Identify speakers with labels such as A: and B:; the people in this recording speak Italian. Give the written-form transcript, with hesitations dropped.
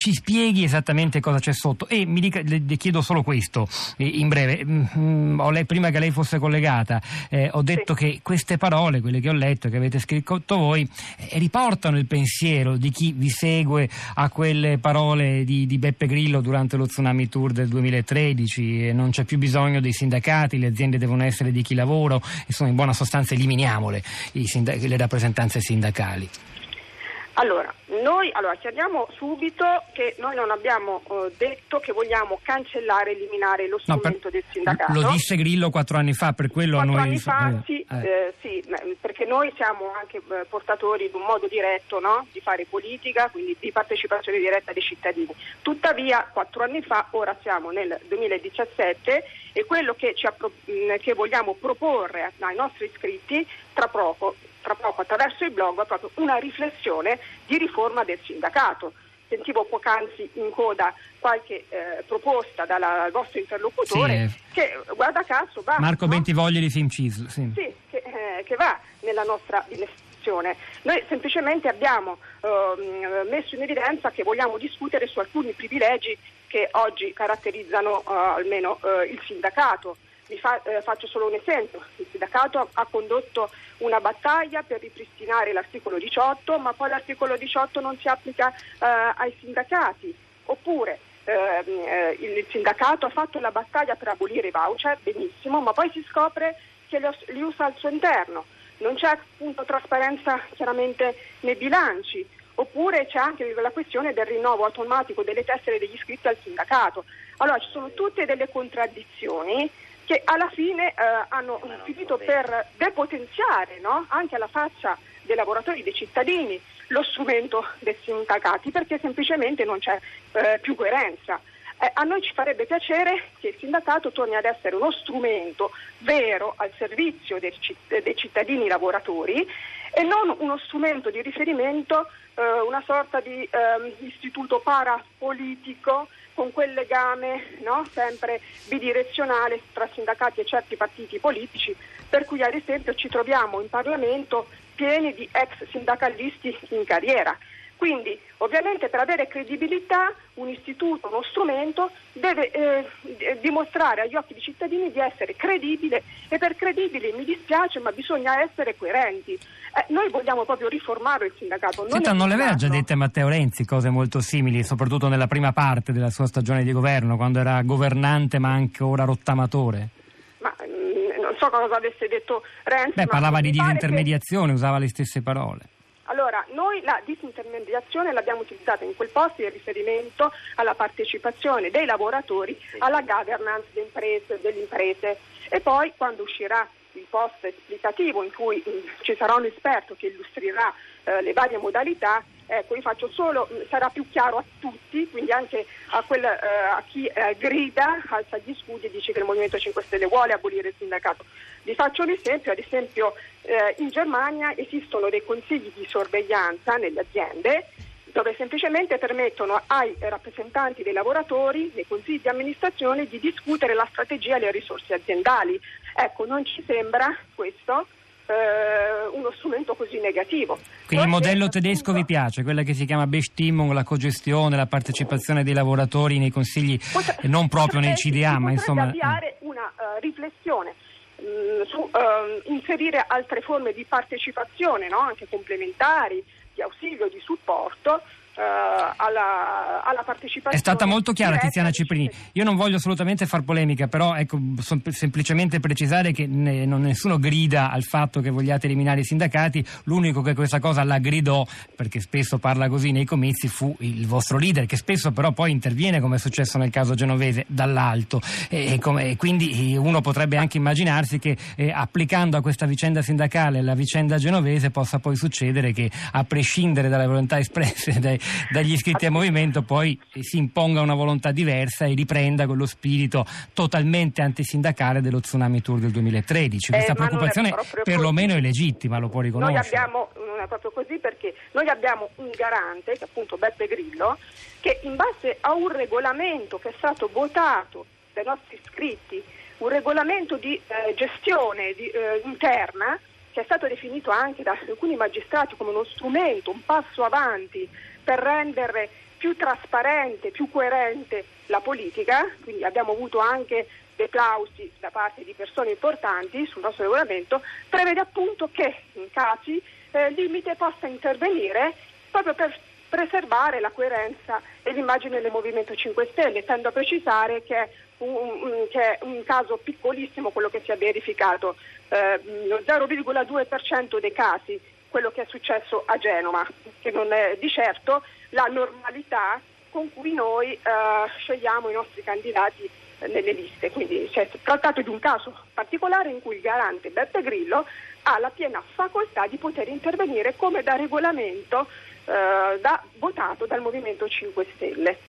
A: ci spieghi esattamente cosa c'è sotto e le chiedo solo questo in breve. Prima che lei fosse collegata ho detto che queste parole, quelle che ho letto, che avete scritto voi, riportano il pensiero di chi vi segue a quelle parole di Beppe Grillo durante lo Tsunami Tour del 2013. Non c'è più bisogno dei sindacati, le aziende devono essere di chi lavora, insomma in buona sostanza eliminiamole le rappresentanze sindacali.
B: Allora, chiariamo subito che noi non abbiamo detto che vogliamo cancellare, eliminare lo strumento del sindacato.
A: Lo disse Grillo 4 anni fa, per quello
B: 4
A: noi...
B: anni fa, sì, perché noi siamo anche portatori di un modo diretto, no? Di fare politica, quindi di partecipazione diretta dei cittadini. Tuttavia, 4 anni fa, ora siamo nel 2017 e quello che vogliamo proporre ai nostri iscritti tra poco attraverso il blog è proprio una riflessione di riforma del sindacato. Sentivo poc'anzi in coda qualche proposta dal vostro interlocutore che guarda caso va
A: Marco Bentivogli di FIMCISL
B: che va nella nostra direzione. Noi semplicemente abbiamo messo in evidenza che vogliamo discutere su alcuni privilegi che oggi caratterizzano almeno il sindacato. Faccio solo un esempio: il sindacato ha condotto una battaglia per ripristinare l'articolo 18, ma poi l'articolo 18 non si applica ai sindacati. Oppure il sindacato ha fatto la battaglia per abolire i voucher, benissimo, ma poi si scopre che li usa al suo interno. Non c'è appunto trasparenza chiaramente nei bilanci. Oppure c'è anche la questione del rinnovo automatico delle tessere degli iscritti al sindacato. Allora ci sono tutte delle contraddizioni che alla fine hanno finito per depotenziare, no? Anche alla faccia dei lavoratori e dei cittadini lo strumento dei sindacati, perché semplicemente non c'è più coerenza. A noi ci farebbe piacere che il sindacato torni ad essere uno strumento vero al servizio dei cittadini lavoratori e non uno strumento di riferimento, una sorta di istituto parapolitico con quel legame, no? Sempre bidirezionale tra sindacati e certi partiti politici, per cui ad esempio ci troviamo in Parlamento pieni di ex sindacalisti in carriera. Quindi ovviamente per avere credibilità un istituto, uno strumento deve dimostrare agli occhi dei cittadini di essere credibile, e per credibili mi dispiace ma bisogna essere coerenti. Noi vogliamo proprio riformare il sindacato.
A: Non le aveva già dette Matteo Renzi cose molto simili, soprattutto nella prima parte della sua stagione di governo, quando era governante ma anche ora rottamatore?
B: Ma non so cosa avesse detto Renzi.
A: Parlava di disintermediazione, usava le stesse parole.
B: Allora, noi la disintermediazione l'abbiamo utilizzata in quel posto in riferimento alla partecipazione dei lavoratori alla governance delle imprese, e poi quando uscirà il post esplicativo in cui ci sarà un esperto che illustrerà le varie modalità, ecco, vi faccio solo, sarà più chiaro a tutti, quindi anche a chi grida, alza gli scudi e dice che il Movimento 5 Stelle vuole abolire il sindacato. Vi faccio un esempio, ad esempio in Germania esistono dei consigli di sorveglianza nelle aziende dove semplicemente permettono ai rappresentanti dei lavoratori, nei consigli di amministrazione, di discutere la strategia e le risorse aziendali. Ecco, non ci sembra questo uno strumento così negativo.
A: Quindi il modello tedesco vi piace, quella che si chiama Bestimmung, la cogestione, la partecipazione dei lavoratori nei consigli, non proprio nei CDA, ma insomma...
B: avviare una riflessione su inserire altre forme di partecipazione, no? Anche complementari, di ausilio, di supporto alla partecipazione.
A: È stata molto chiara Tiziana Ciprini. Io non voglio assolutamente far polemica, però ecco, semplicemente precisare che nessuno grida al fatto che vogliate eliminare i sindacati. L'unico che questa cosa la gridò, perché spesso parla così nei comizi, fu il vostro leader, che spesso però poi interviene, come è successo nel caso genovese, dall'alto, e quindi uno potrebbe anche immaginarsi che applicando a questa vicenda sindacale la vicenda genovese possa poi succedere che, a prescindere dalle volontà espresse dagli iscritti al movimento, poi si imponga una volontà diversa e riprenda quello spirito totalmente antisindacale dello Tsunami Tour del 2013. Questa preoccupazione perlomeno è legittima, lo può riconoscere.
B: Non è proprio così, perché noi abbiamo un garante, che è appunto Beppe Grillo, che in base a un regolamento che è stato votato dai nostri iscritti, un regolamento di gestione interna, che è stato definito anche da alcuni magistrati come uno strumento, un passo avanti per rendere più trasparente, più coerente la politica, quindi abbiamo avuto anche dei plausi da parte di persone importanti sul nostro regolamento, prevede appunto che in casi limite possa intervenire proprio per preservare la coerenza e l'immagine del Movimento 5 Stelle. Tendo a precisare che è un caso piccolissimo quello che si è verificato, lo 0,2% dei casi, quello che è successo a Genova, che non è di certo la normalità con cui noi scegliamo i nostri candidati nelle liste. Quindi si è trattato di un caso particolare in cui il garante Beppe Grillo ha la piena facoltà di poter intervenire come da regolamento votato dal Movimento 5 Stelle.